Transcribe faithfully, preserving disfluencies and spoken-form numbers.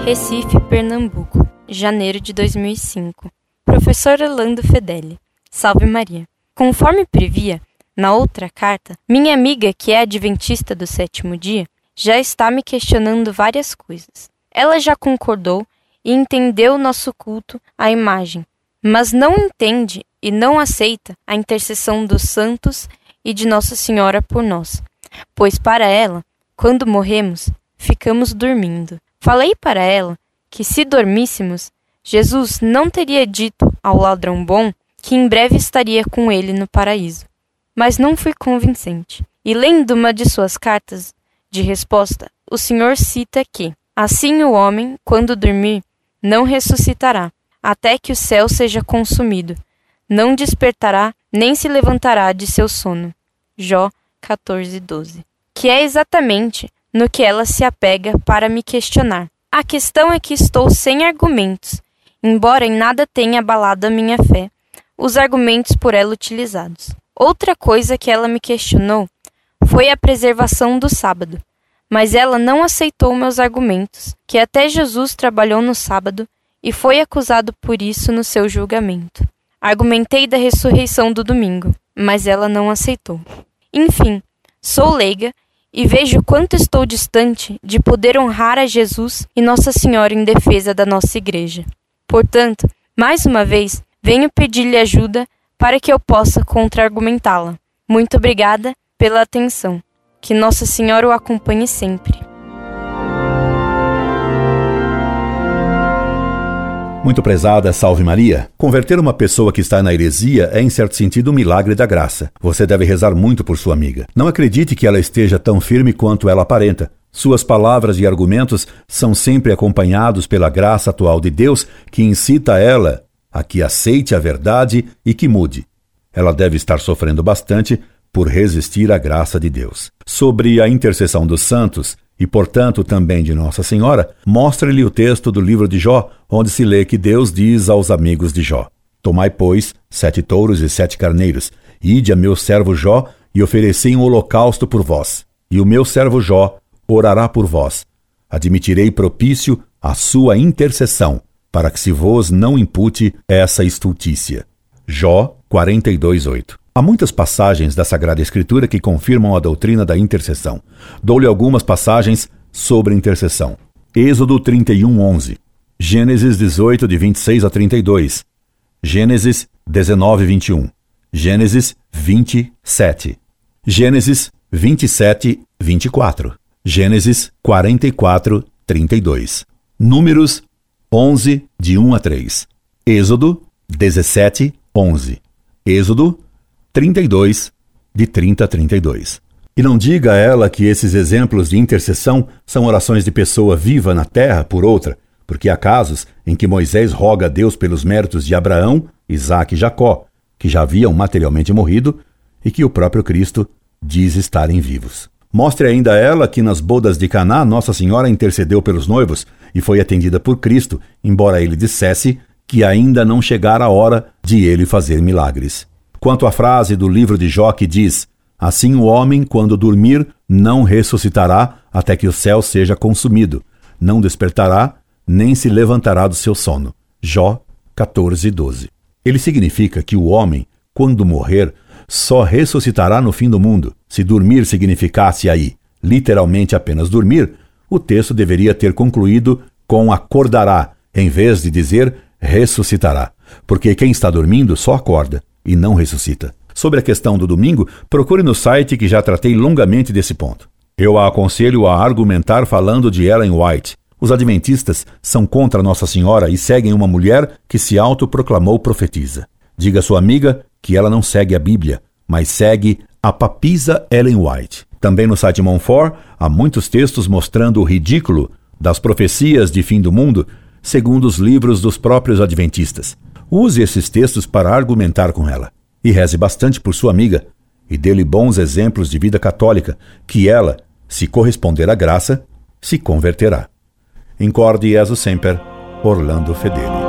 Recife, Pernambuco, janeiro de dois mil e cinco. Professor Orlando Fedeli. Salve Maria. Conforme previa, na outra carta, minha amiga, que é adventista do sétimo dia, já está me questionando várias coisas. Ela já concordou e entendeu o nosso culto à imagem, mas não entende e não aceita a intercessão dos santos e de Nossa Senhora por nós, pois para ela, quando morremos, ficamos dormindo. Falei para ela que se dormíssemos, Jesus não teria dito ao ladrão bom que em breve estaria com ele no paraíso. Mas não fui convincente. E lendo uma de suas cartas de resposta, o Senhor cita que assim o homem, quando dormir, não ressuscitará, até que o céu seja consumido. Não despertará, nem se levantará de seu sono. Jó quatorze, doze. Que é exatamente no que ela se apega para me questionar. A questão é que estou sem argumentos, embora em nada tenha abalado a minha fé, os argumentos por ela utilizados. Outra coisa que ela me questionou foi a preservação do sábado, mas ela não aceitou meus argumentos, que até Jesus trabalhou no sábado e foi acusado por isso no seu julgamento. Argumentei da ressurreição do domingo, mas ela não aceitou. Enfim, sou leiga e vejo quanto estou distante de poder honrar a Jesus e Nossa Senhora em defesa da nossa igreja. Portanto, mais uma vez, venho pedir-lhe ajuda para que eu possa contra-argumentá-la. Muito obrigada pela atenção. Que Nossa Senhora o acompanhe sempre. Muito prezada, salve Maria. Converter uma pessoa que está na heresia é, em certo sentido, um milagre da graça. Você deve rezar muito por sua amiga. Não acredite que ela esteja tão firme quanto ela aparenta. Suas palavras e argumentos são sempre acompanhados pela graça atual de Deus, que incita ela a que aceite a verdade e que mude. Ela deve estar sofrendo bastante por resistir à graça de Deus. Sobre a intercessão dos santos, e portanto também de Nossa Senhora, mostre-lhe o texto do livro de Jó, onde se lê que Deus diz aos amigos de Jó: Tomai, pois, sete touros e sete carneiros, ide a meu servo Jó e oferecei um holocausto por vós. E o meu servo Jó orará por vós. Admitirei propício a sua intercessão, para que se vos não impute essa estultícia. Jó quarenta e dois, oito. Há muitas passagens da Sagrada Escritura que confirmam a doutrina da intercessão. Dou-lhe algumas passagens sobre intercessão. Êxodo trinta e um, onze. Gênesis dezoito, de vinte e seis a trinta e dois. Gênesis dezenove, vinte e um. Gênesis vinte e sete. Gênesis vinte e sete, vinte e quatro. Gênesis quarenta e quatro, trinta e dois. Números onze, de um a três. Êxodo dezessete, onze. Êxodo trinta e dois, de trinta a trinta e dois. E não diga a ela que esses exemplos de intercessão são orações de pessoa viva na terra por outra, porque há casos em que Moisés roga a Deus pelos méritos de Abraão, Isaque e Jacó, que já haviam materialmente morrido e que o próprio Cristo diz estarem vivos. Mostre ainda a ela que nas bodas de Caná Nossa Senhora intercedeu pelos noivos e foi atendida por Cristo, embora ele dissesse que ainda não chegara a hora de ele fazer milagres. Quanto à frase do livro de Jó que diz: Assim o homem, quando dormir, não ressuscitará até que o céu seja consumido, não despertará, nem se levantará do seu sono. Jó quatorze, doze. Ele significa que o homem, quando morrer, só ressuscitará no fim do mundo. Se dormir significasse aí, literalmente apenas dormir, o texto deveria ter concluído com acordará, em vez de dizer ressuscitará, porque quem está dormindo só acorda e não ressuscita. Sobre a questão do domingo, procure no site que já tratei longamente desse ponto. Eu a aconselho a argumentar falando de Ellen White. Os adventistas são contra Nossa Senhora e seguem uma mulher que se autoproclamou profetisa. Diga à sua amiga que ela não segue a Bíblia, mas segue a papisa Ellen White. Também no site Monfort há muitos textos mostrando o ridículo das profecias de fim do mundo, segundo os livros dos próprios adventistas. Use esses textos para argumentar com ela. E reze bastante por sua amiga e dê-lhe bons exemplos de vida católica, que ela, se corresponder à graça, se converterá. Incorde Jesus Semper, Orlando Fedeli.